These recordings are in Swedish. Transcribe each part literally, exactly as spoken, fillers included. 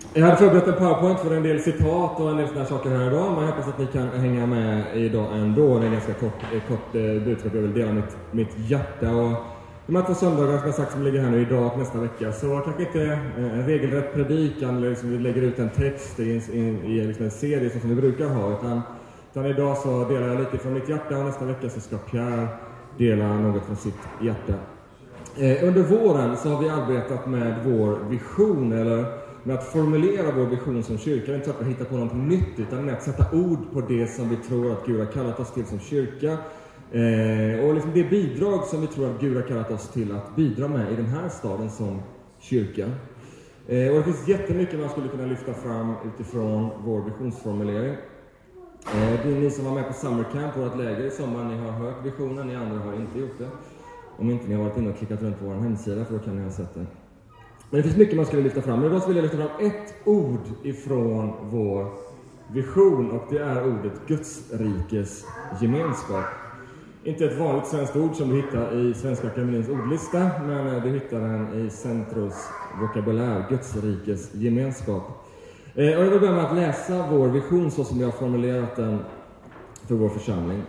Jag hade förberett en PowerPoint för en del citat och en del sådana saker här idag. Men jag hoppas att ni kan hänga med idag ändå. Det är en ganska kort, kort budskap. Jag vill dela mitt, mitt hjärta. Och de här två söndagar som jag sagt som ligger här nu idag och nästa vecka. Så kanske inte en regelrätt predikan eller liksom vi lägger ut en text i, i, i liksom en serie som vi brukar ha. Utan, utan idag så delar jag lite från mitt hjärta och nästa vecka så ska Pierre dela något från sitt hjärta. Eh, under våren så har vi arbetat med vår vision eller med att formulera vår vision som kyrka. Det är inte så att vi hittar på något nytt utan med att sätta ord på det som vi tror att Gud har kallat oss till som kyrka. Eh, och liksom det bidrag som vi tror att Gud har kallat oss till att bidra med i den här staden som kyrka. Eh, och det finns jättemycket man skulle kunna lyfta fram utifrån vår visionsformulering. Eh, det är ni som var med på Summer Camp, vårt läger i sommar, ni har hört visionen, ni andra har inte gjort det. Om inte ni har varit inne och klickat runt på vår hemsida, för då kan ni ha sett det. Men det finns mycket man skulle lyfta fram. Men idag så vill jag lyfta fram ett ord ifrån vår vision. Och det är ordet Guds rikes gemenskap. Inte ett vanligt svenskt ord som du hittar i Svenska Akademiens ordlista. Men du hittar den i Centros vokabulär, Guds rikes gemenskap. Och jag vill börja med att läsa vår vision så som jag har formulerat den för vår församling.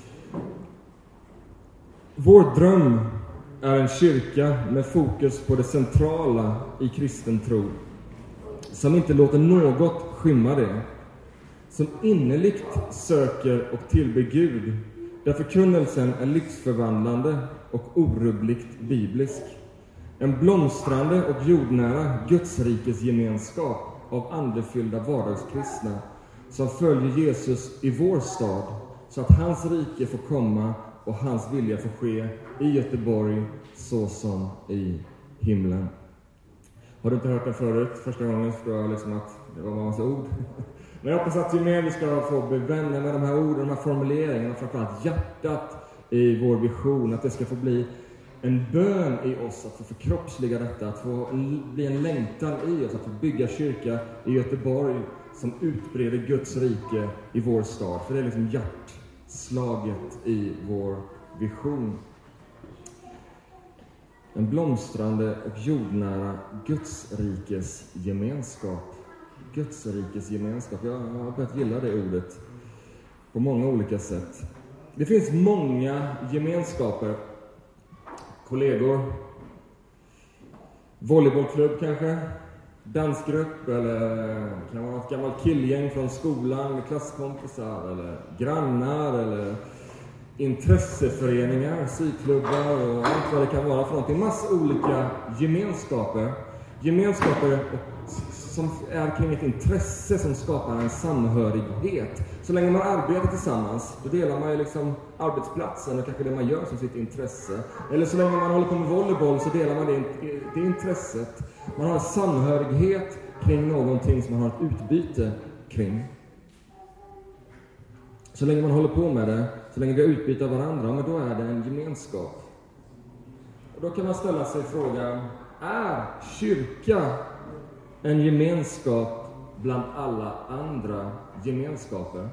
Vår dröm är en kyrka med fokus på det centrala i kristen tro, som inte låter något skymma det, som innerligt söker och tillber Gud, där förkunnelsen är livsförvandlande och orubbligt biblisk. En blomstrande och jordnära Gudsrikes gemenskap av andefyllda vardagskristna som följer Jesus i vår stad, så att hans rike får komma och hans vilja får ske i Göteborg så som i himlen. Har du inte hört den förut? Första gången förstår jag liksom att det var en massa ord. Men jag hoppas att ju mer vi ska få bevänja med de här orden, de här formuleringarna, framförallt hjärtat i vår vision, att det ska få bli en bön i oss att få förkroppsliga detta, att få bli en längtan i oss, att få bygga kyrka i Göteborg som utbreder Guds rike i vår stad. För det är liksom hjärtslaget i vår vision. En blomstrande och jordnära Guds rikes gemenskap. Guds rikes gemenskap. Jag har börjat gilla det ordet på många olika sätt. Det finns många gemenskaper. Kollegor, volleybollklubb kanske, dansgrupp eller kan vara ett gammalt killgäng från skolan med klasskompisar eller grannar eller intresseföreningar, syklubbar och allt vad det kan vara för någonting. Massa olika gemenskaper. Gemenskaper som är kring ett intresse som skapar en samhörighet. Så länge man arbetar tillsammans, då delar man ju liksom arbetsplatsen och kanske det man gör som sitt intresse. Eller så länge man håller på med volleyboll så delar man det, det intresset. Man har en samhörighet kring någonting som man har ett utbyte kring. Så länge man håller på med det, så länge vi har utbyte av varandra, men då är det en gemenskap. Och då kan man ställa sig frågan, är kyrka en gemenskap bland alla andra gemenskaper?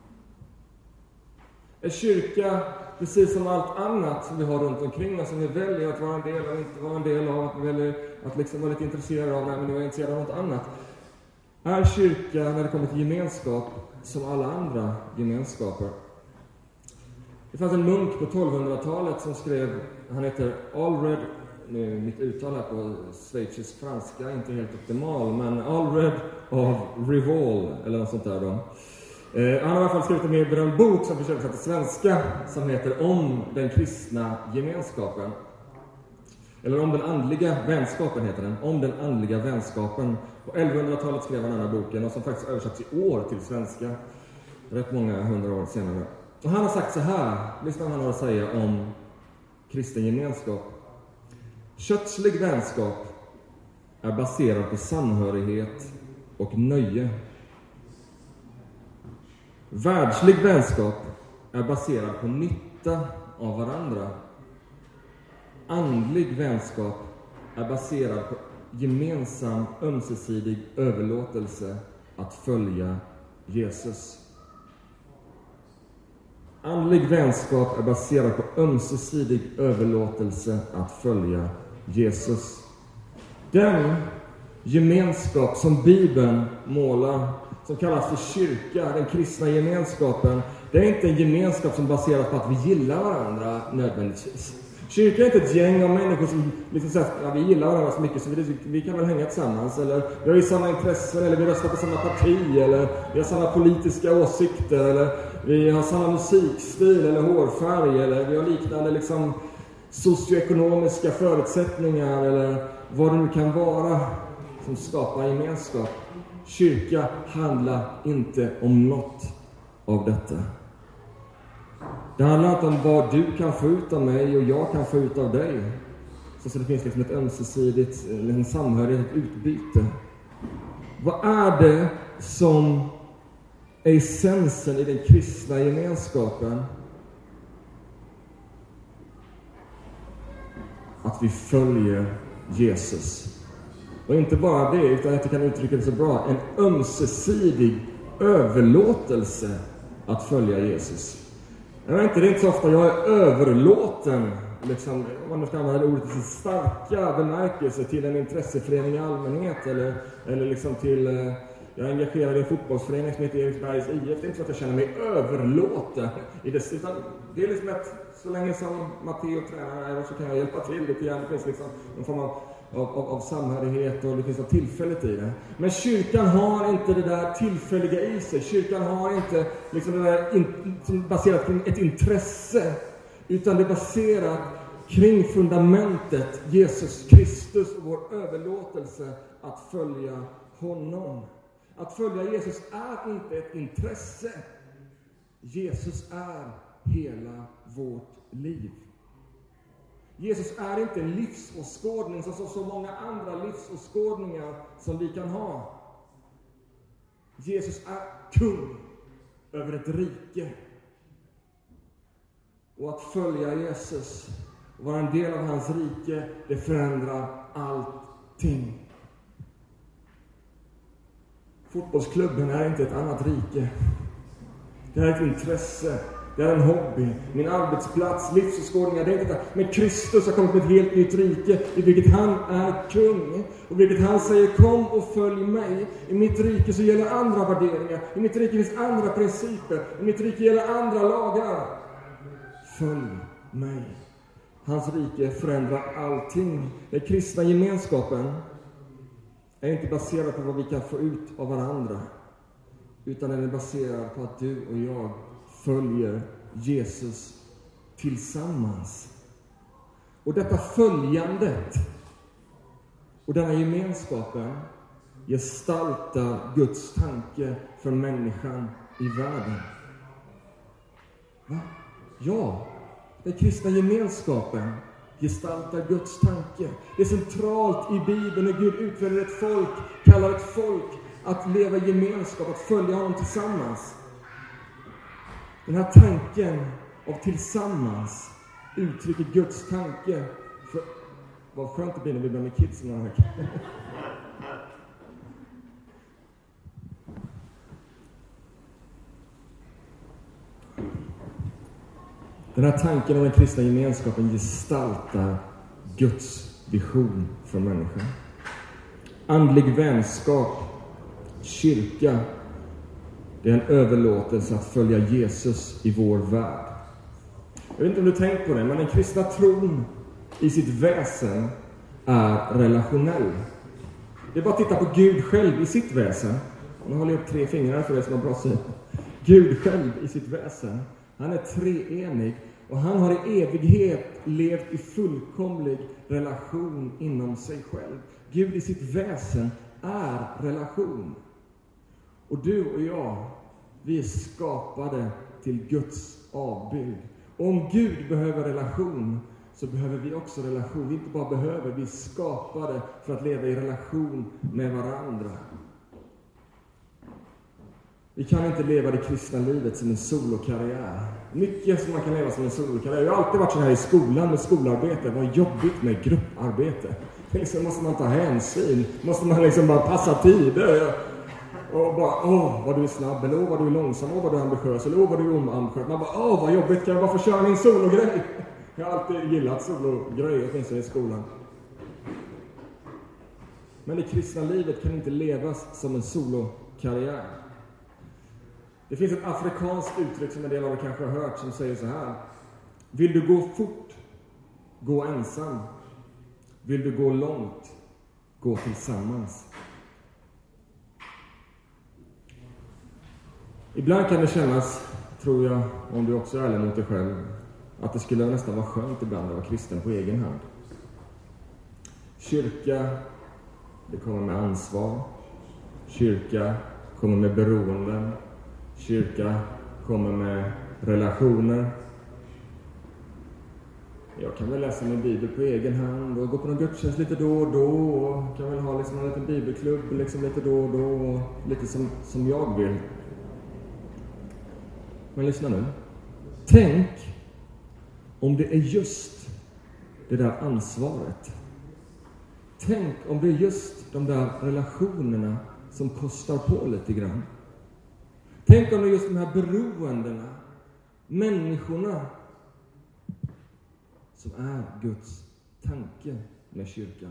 Är kyrka, precis som allt annat som vi har runt omkring oss, som vi väljer att vara en del av, inte vara en del av, att vi väljer att liksom vara lite intresserade av, nej men nu är intresserade av något annat. Är kyrka, när det kommer till gemenskap, som alla andra gemenskaper? Det fanns en munk på tolvhundratalet som skrev, han heter Allred, nu mitt uttal här på schweizisk franska, inte helt optimal, men Allred av Rivol, eller något sånt där då. Eh, han har i alla fall skrivit en mer berömd bok som försöker till svenska, som heter Om den kristna gemenskapen. Eller Om den andliga vänskapen heter den. Om den andliga vänskapen. På elvahundratalet skrev han den här boken, och som faktiskt översatts i år till svenska. Rätt många hundra år senare. Och han har sagt så här, lyssna vad han har att säga om kristen gemenskap. Kötslig vänskap är baserad på samhörighet och nöje. Världslig vänskap är baserad på nytta av varandra. Andlig vänskap är baserad på gemensam ömsesidig överlåtelse att följa Jesus. Andlig vänskap är baserad på ömsesidig överlåtelse att följa Jesus. Den gemenskap som Bibeln målar, som kallas för kyrka, den kristna gemenskapen, det är inte en gemenskap som baseras på att vi gillar varandra nödvändigtvis. Kyrka är inte ett gäng av människor som liksom säger att ja, vi gillar varandra så mycket så vi, vi kan väl hänga tillsammans, eller vi har ju samma intressen, eller vi röstar på samma parti, eller vi har samma politiska åsikter, eller vi har samma musikstil eller hårfärg, eller vi har liknande liksom socioekonomiska förutsättningar, eller vad det nu kan vara som skapar gemenskap. Kyrka handlar inte om något av detta. Det handlar inte om vad du kan få ut av mig och jag kan få ut av dig. Så det finns liksom ett ömsesidigt, en samhörighet, ett utbyte. Vad är det som är essensen i den kristna gemenskapen? Att vi följer Jesus. Och inte bara det, utan att jag kan uttrycka det så bra. En ömsesidig överlåtelse att följa Jesus. Jag vet inte, det är inte så ofta jag är överlåten, liksom, om man nu ska använda ordet i sin starka bemärkelse, till en intresseförening i allmänhet, eller, eller liksom till, eh, jag är engagerad i en fotbollsförening som heter Eriksbergs I F. Det är inte så att jag känner mig överlåten i det, utan det är liksom att så länge som Matteo tränar här så kan jag hjälpa till lite grann. Det finns liksom en form av Av, av, av samhörighet och det finns något tillfälligt i det. Men kyrkan har inte det där tillfälliga i sig. Kyrkan har inte liksom det där in, som baserat kring ett intresse, utan det är baserat kring fundamentet Jesus Kristus och vår överlåtelse att följa honom. Att följa Jesus är inte ett intresse. Jesus är hela vårt liv. Jesus är inte en livsåskådning som så, så många andra livsåskådningar som vi kan ha. Jesus är kung över ett rike. Och att följa Jesus och vara en del av hans rike, det förändrar allting. Fotbollsklubben är inte ett annat rike. Det är ett intresse. Det är en hobby, min arbetsplats, livsåskådningar, det är inte det. Men Kristus har kommit med ett helt nytt rike i vilket han är kung. Och vilket han säger, kom och följ mig. I mitt rike så gäller andra värderingar. I mitt rike finns andra principer. I mitt rike gäller andra lagar. Följ mig. Hans rike förändrar allting. Den kristna gemenskapen är inte baserad på vad vi kan få ut av varandra. Utan den är baserad på att du och jag följer Jesus tillsammans. Och detta följandet och denna gemenskapen gestaltar Guds tanke för människan i världen. Va? Ja, den kristna gemenskapen gestaltar Guds tanke. Det är centralt i Bibeln när Gud utväljer ett folk, kallar ett folk att leva i gemenskap, att följa honom tillsammans. Den här tanken av tillsammans uttrycker Guds tanke för... Vad skönt det blir när vi börjar med kidsen några veckor. Den här tanken om den kristna gemenskapen gestaltar Guds vision för människan. Andlig vänskap, kyrka, det är en överlåtelse att följa Jesus i vår värld. Jag vet inte om du tänkt på det, men den kristna tron i sitt väsen är relationell. Det är bara att titta på Gud själv i sitt väsen. Nu håller jag upp tre fingrar för det som har bra syn. Gud själv i sitt väsen. Han är treenig och han har i evighet levt i fullkomlig relation inom sig själv. Gud i sitt väsen är relation. Och du och jag, vi är skapade till Guds avbild. Och om Gud behöver relation, så behöver vi också relation. Vi inte bara behöver, vi är skapade för att leva i relation med varandra. Vi kan inte leva det kristna livet som en solokarriär. Mycket som man kan leva som en solokarriär. Jag har alltid varit så här i skolan med skolarbete. Det var jobbigt med grupparbete. Liksom måste man ta hänsyn. Måste man liksom bara passa tider. Och bara, åh vad du är snabb. Eller åh vad du är långsam. Åh vad du är ambitiös. Eller åh vad du är omambitiös. Man bara, åh vad jobbigt. Kan jag bara få köra min sologrej? Jag har alltid gillat sologrejer, åtminstone i skolan. Men det kristna livet kan inte levas som en solokarriär. Det finns ett afrikanskt uttryck som en del av er kanske har hört som säger så här: vill du gå fort, gå ensam. Vill du gå långt, gå tillsammans. Ibland kan det kännas, tror jag, om du också är ärlig mot dig själv, att det skulle nästan vara skönt ibland att vara kristen på egen hand. Kyrka, det kommer med ansvar. Kyrka kommer med beroenden. Kyrka kommer med relationer. Jag kan väl läsa min bibel på egen hand och gå på någon gudstjänst lite då och då. Och kan väl ha liksom en liten bibelklubb liksom lite då och då. Och lite som, som jag vill. Men lyssna nu. Tänk om det är just det där ansvaret. Tänk om det är just de där relationerna som kostar på lite grann. Tänk om det är just de här beroendena, människorna, som är Guds tanke med kyrkan.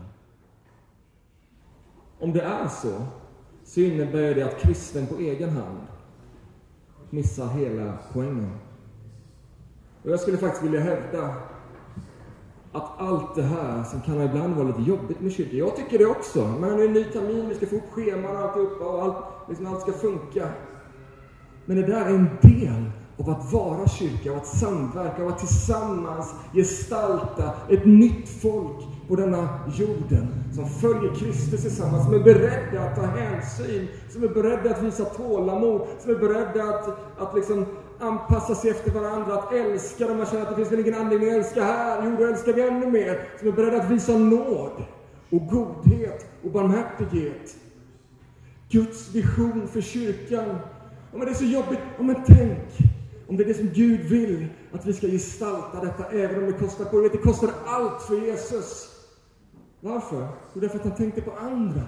Om det är så, så innebär det att kristen på egen hand missar hela poängen. Och jag skulle faktiskt vilja hävda att allt det här som kan ibland vara lite jobbigt med kyrkan, jag tycker det också, men det är en ny termin, vi ska få upp scheman och alltihopa och allt, liksom allt ska funka. Men det där är en del av att vara kyrka, av att samverka, av att tillsammans gestalta ett nytt folk på denna jorden som följer Kristus tillsammans, som är beredda att ta hänsyn, som är beredda att visa tålamod, som är beredda att, att liksom anpassa sig efter varandra, att älska dem. Man känner att det finns väl ingen anledning att älska här, jo då älskar vi ännu mer, som är beredda att visa nåd och godhet och barmhärtighet. Guds vision för kyrkan. Ja, men det är så jobbigt. Ja, men tänk om det är det som Gud vill, att vi ska gestalta detta även om det kostar på. Det kostar allt för Jesus. Varför? Jo, därför att han tänkte på andra.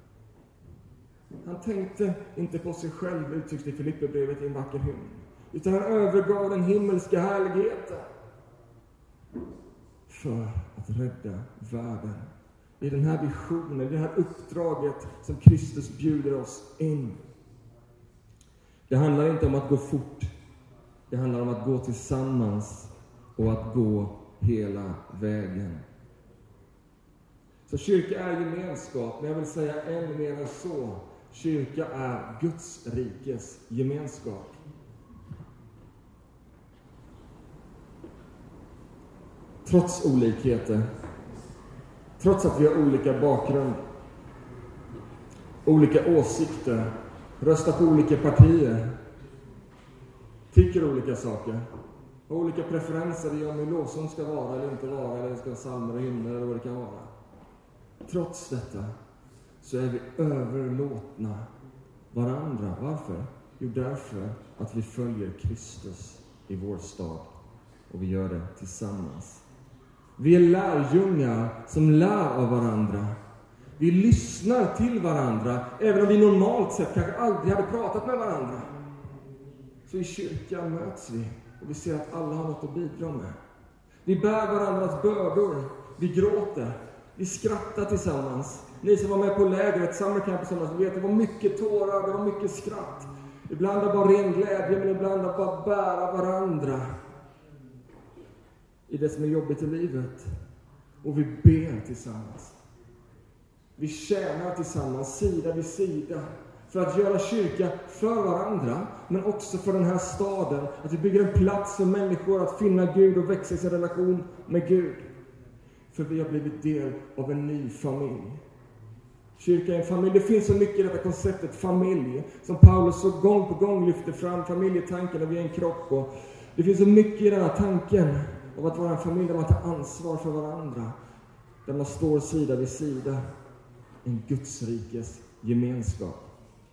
Han tänkte inte på sig själv, uttrycks det i Filipperbrevet i en vacker hymn. Utan han övergav den himmelska härligheten för att rädda världen. I den här visionen, i det här uppdraget som Kristus bjuder oss in. Det handlar inte om att gå fort. Det handlar om att gå tillsammans och att gå hela vägen. Så kyrka är gemenskap, men jag vill säga än mer än så. Kyrka är Guds rikes gemenskap. Trots olikheter, trots att vi har olika bakgrund, olika åsikter, röstar på olika partier, tycker olika saker, har olika preferenser i om hur lovsång ska vara eller inte vara, eller ska psalmer och hymner eller vad det kan vara. Trots detta så är vi överlåtna varandra. Varför? Jo, därför att vi följer Kristus i vår stad och vi gör det tillsammans. Vi är lärjungar som lär av varandra. Vi lyssnar till varandra, även om vi normalt sett kanske aldrig hade pratat med varandra. Så i kyrkan möts vi och vi ser att alla har något att bidra med. Vi bär varandras bördor, vi gråter, vi skrattar tillsammans. Ni som var med på lägret, Summer Camp tillsammans, vet det var mycket tårar, det var mycket skratt. Ibland var bara ren glädje, men ibland var bara bära varandra i det som är jobbigt i livet. Och vi ber tillsammans. Vi tjänar tillsammans, sida vid sida, för att göra kyrka för varandra, men också för den här staden. Att vi bygger en plats för människor att finna Gud och växa i sin relation med Gud. För vi har blivit del av en ny familj. Kyrka är en familj. Det finns så mycket i detta konceptet familj, som Paulus så gång på gång lyfter fram. Familjetanken, och vi är en kropp. Och det finns så mycket i den här tanken av att vara en familj där man tar ansvar för varandra. Där man står sida vid sida. En Guds rikes gemenskap.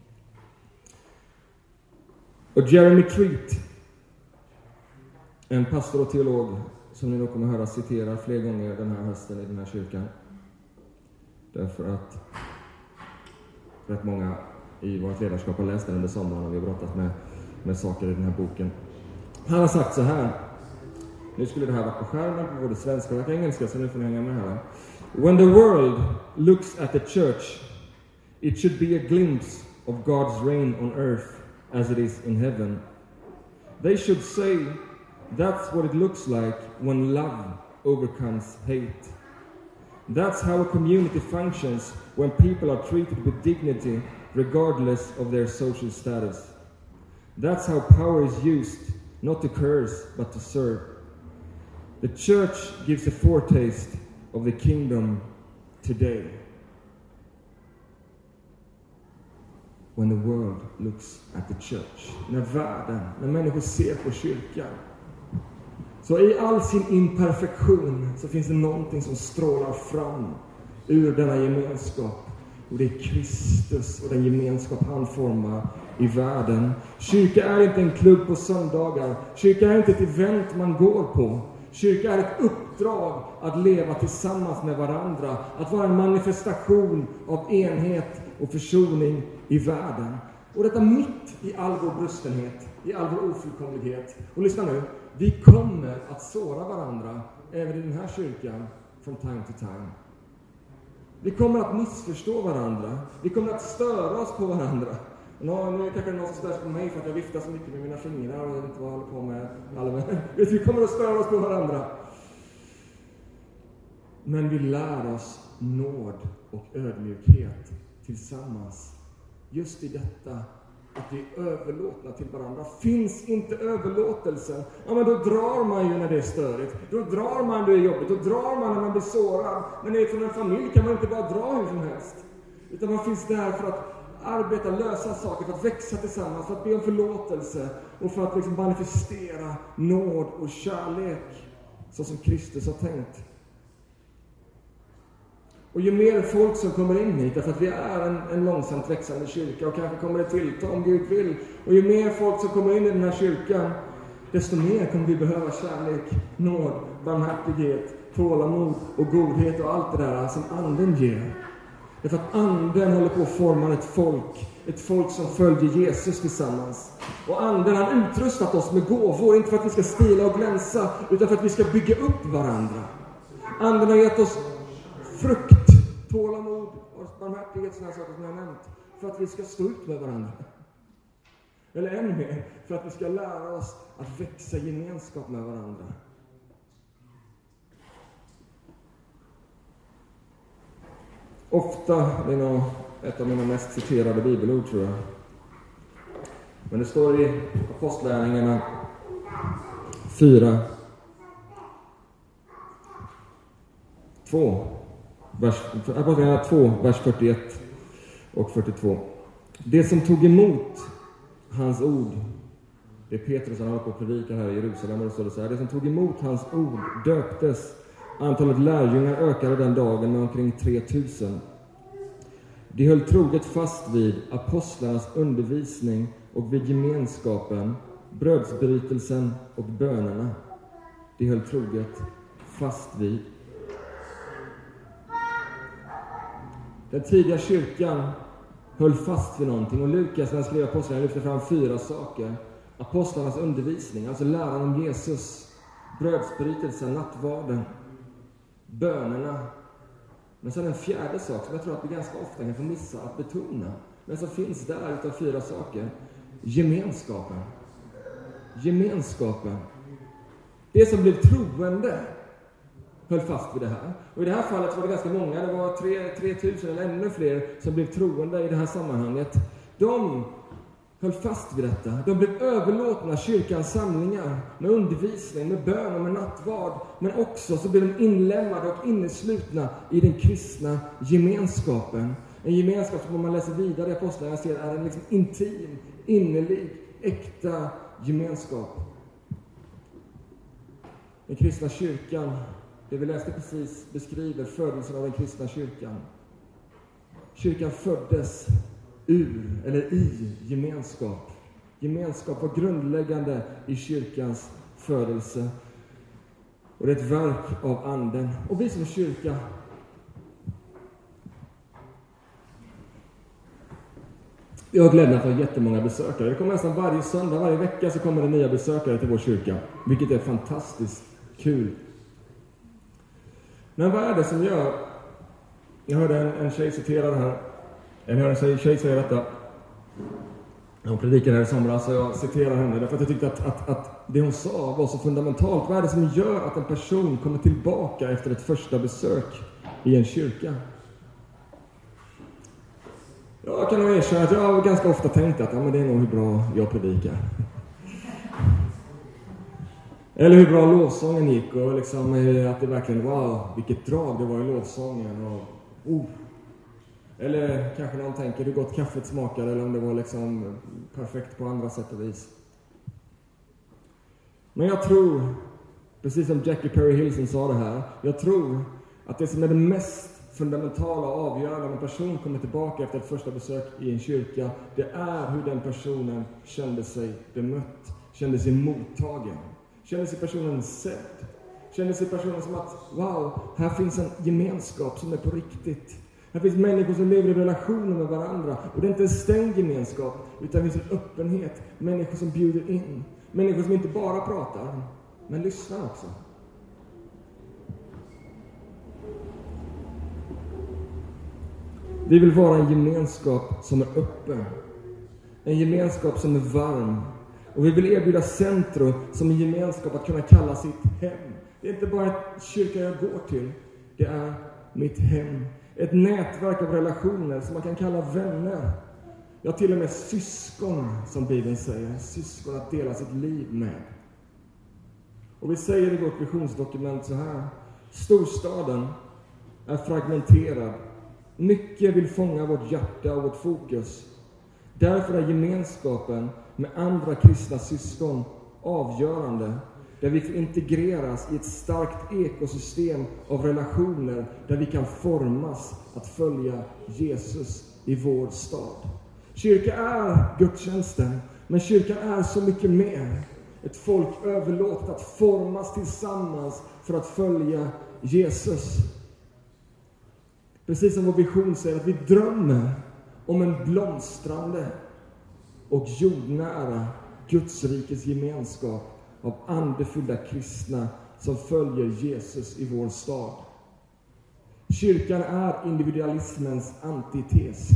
Och Jeremy Treat, en pastor och teolog som ni nog kommer höra citera fler gånger den här hösten i den här kyrkan. Därför att rätt många i vårt ledarskap har läst den under sommaren och vi har brottats med, med saker i den här boken. Han har sagt så här. Nu skulle det här vara på skärmen på både svenska och engelska, så nu får ni hänga med här. When the world looks at the church, it should be a glimpse of God's reign on earth as it is in heaven. They should say, that's what it looks like when love overcomes hate. That's how a community functions when people are treated with dignity regardless of their social status. That's how power is used, not to curse, but to serve. The church gives a foretaste of the kingdom today. When the world looks at the church. När världen, när människor ser på kyrkan. Så i all sin imperfektion så finns det någonting som strålar fram ur denna gemenskap. Och det är Kristus och den gemenskap han formar i världen. Kyrka är inte en klubb på söndagar. Kyrka är inte ett event man går på. Kyrka är ett uppdrag att leva tillsammans med varandra. Att vara en manifestation av enhet och försoning i världen. Och detta mitt i all vår brustenhet, i all vår ofullkomlighet. Och lyssna nu, vi kommer att såra varandra även i den här kyrkan from time to time. Vi kommer att missförstå varandra. Vi kommer att störa oss på varandra. Nå, nu kanske det är någon som stör sig på mig för att jag viftar så mycket med mina fingrar och jag vet inte vad jag håller på med. Alla, vi kommer att störa oss på varandra. Men vi lär oss nåd och ödmjukhet tillsammans. Just i detta att vi är överlåtna till varandra. Finns inte överlåtelsen, ja men då drar man ju när det är störigt. Då drar man när det är jobbigt. Då drar man när man blir sårad. Men är från en familj kan man inte bara dra hur som helst. Utan man finns där för att arbeta, lösa saker, för att växa tillsammans, för att be om förlåtelse och för att liksom manifestera nåd och kärlek så som Kristus har tänkt. Och ju mer folk som kommer in hit, därför att vi är en, en långsamt växande kyrka och kanske kommer det tillta om Gud vill. Och ju mer folk som kommer in i den här kyrkan, desto mer kommer vi behöva kärlek, nåd, barmhärtighet, tålamod och godhet och allt det där som anden ger. Därför att anden håller på att forma ett folk, ett folk som följer Jesus tillsammans. Och anden har utrustat oss med gåvor, inte för att vi ska stila och glänsa, utan för att vi ska bygga upp varandra. Anden har gett oss frukt, tålamod och barmhärtighet, sådana saker som jag har nämnt, för att vi ska stå ut med varandra. Eller ännu mer, för att vi ska lära oss att växa i gemenskap med varandra. Ofta, det är nog ett av mina mest citerade bibelord tror jag. Men det står i Apostlagärningarna fyra, två, vers, Apostlagärningarna två, vers fyrtioett och fyrtiotvå. Det som tog emot hans ord, det är Petrus som håller på att predika här i Jerusalem, och så det så här. Det som tog emot hans ord döptes. Antalet lärjungar ökade den dagen med omkring tre tusen. De höll troget fast vid apostlarnas undervisning och vid gemenskapen, brödsbrytelsen och bönerna. De höll troget fast vid. Den tidiga kyrkan höll fast vid någonting, och Lukas, när han skrev apostlarna, lyfter fram fyra saker. Apostlarnas undervisning, alltså läran om Jesus, brödsbrytelsen, nattvarden, bönerna. Men så är det en fjärde sak som jag tror att vi ganska ofta kan få missa att betona, men som finns där utav fyra saker. Gemenskapen. Gemenskapen. Det som blev troende höll fast vid det här. Och i det här fallet var det ganska många. Det var tre tusen eller ännu fler som blev troende i det här sammanhanget. De höll fast vid detta. De blev överlåtna kyrkans samlingar med undervisning, med bön och med nattvard. Men också så blev de inlämnade och inneslutna i den kristna gemenskapen. En gemenskap som, om man läser vidare i Apostlagärningarna, ser är en liksom intim, innerlig, äkta gemenskap. Den kristna kyrkan, det vi läste precis, beskriver födelsen av den kristna kyrkan. Kyrkan föddes ur eller i gemenskap. Gemenskap var grundläggande i kyrkans födelse. Och det är ett verk av anden. Och vi som kyrka, vi har glädjen att ha jättemånga besökare. Det kommer nästan varje söndag, varje vecka så kommer det nya besökare till vår kyrka. Vilket är fantastiskt kul. Men vad är det som gör Jag hörde en, en tjej citera det här. Jag hörde en tjej, tjej säga detta. Hon predikade här i somras och jag citerar henne därför att jag tyckte att, att, att det hon sa var så fundamentalt. Vad är det som gör att en person kommer tillbaka efter ett första besök i en kyrka? Jag kan nog erkänna att jag har ganska ofta tänkt att ja, men det är nog hur bra jag predikar. Eller hur bra lovsången gick och liksom att det verkligen wow, vilket drag det var i lovsången. Och, oh. Eller kanske någon tänker hur gott kaffet smakade eller om det var liksom perfekt på andra sätt och vis. Men jag tror, precis som Jackie Perry Hilson sa det här, jag tror att det som är det mest fundamentala och avgörande när en person kommer tillbaka efter ett första besök i en kyrka, det är hur den personen kände sig bemött, kände sig mottagen, kände sig personen sedd, kände sig personen som att wow, här finns en gemenskap som är på riktigt. Här finns människor som lever i relationer med varandra. Och det är inte en stängd gemenskap, utan det finns en öppenhet. Människor som bjuder in. Människor som inte bara pratar, men lyssnar också. Vi vill vara en gemenskap som är öppen. En gemenskap som är varm. Och vi vill erbjuda centrum som en gemenskap att kunna kalla sitt hem. Det är inte bara ett kyrka jag går till. Det är mitt hem. Ett nätverk av relationer som man kan kalla vänner. Ja, till och med syskon, som Bibeln säger. Syskon att dela sitt liv med. Och vi säger i vårt visionsdokument så här. Storstaden är fragmenterad. Mycket vill fånga vårt hjärta och vårt fokus. Därför är gemenskapen med andra kristna syskon avgörande. Där vi får integreras i ett starkt ekosystem av relationer. Där vi kan formas att följa Jesus i vår stad. Kyrka är gudstjänsten. Men kyrkan är så mycket mer. Ett folk överlåtet att formas tillsammans för att följa Jesus. Precis som vår vision säger att vi drömmer om en blomstrande och jordnära Guds rikes gemenskap av andefyllda kristna som följer Jesus i vår stad. Kyrkan är individualismens antites.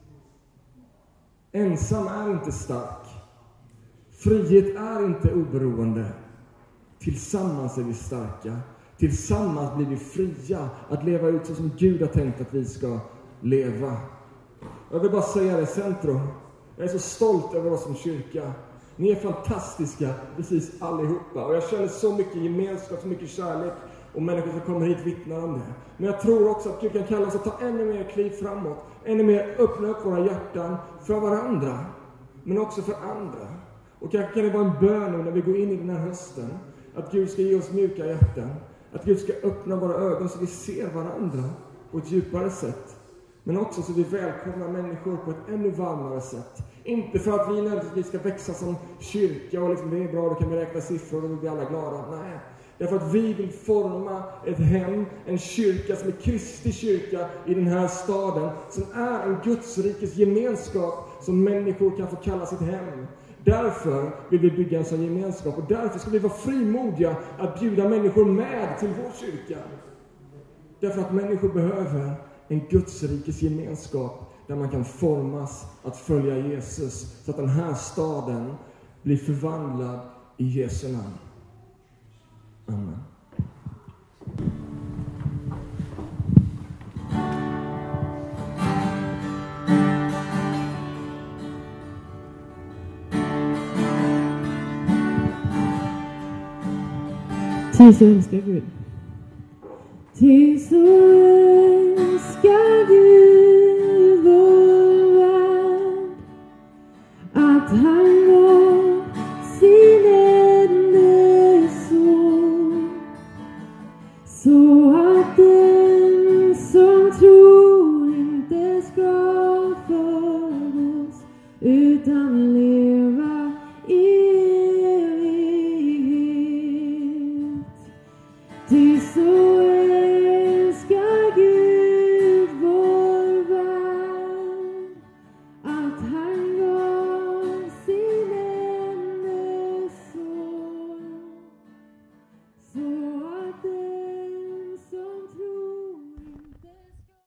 Ensam är inte stark. Frihet är inte oberoende. Tillsammans är vi starka. Tillsammans blir vi fria att leva ut så som Gud har tänkt att vi ska leva. Jag vill bara säga det, Centrum. Jag är så stolt över oss som kyrka. Ni är fantastiska, precis allihopa. Och jag känner så mycket gemenskap, så mycket kärlek. Och människor som kommer hit vittnar om det. Men jag tror också att Gud kan kalla oss att ta ännu mer kliv framåt. Ännu mer öppna upp våra hjärtan för varandra. Men också för andra. Och kanske kan det vara en bön nu när vi går in i den här hösten. Att Gud ska ge oss mjuka hjärtan. Att Gud ska öppna våra ögon så vi ser varandra på ett djupare sätt. Men också så vi välkomnar människor på ett ännu varmare sätt. Inte för att vi nödvändigtvis ska växa som kyrka och liksom det är bra, då kan vi räkna siffror och då blir alla glada. Nej, därför att vi vill forma ett hem, en kyrka som är Kristi kyrka i den här staden. Som är en Guds rikes gemenskap som människor kan få kalla sitt hem. Därför vill vi bygga en sån gemenskap och därför ska vi vara frimodiga att bjuda människor med till vår kyrka. Därför att människor behöver en Guds rikes gemenskap där man kan formas att följa Jesus så att den här staden blir förvandlad i Jesu namn. Amen. Till så älskar Gud. Till så älskar Gud.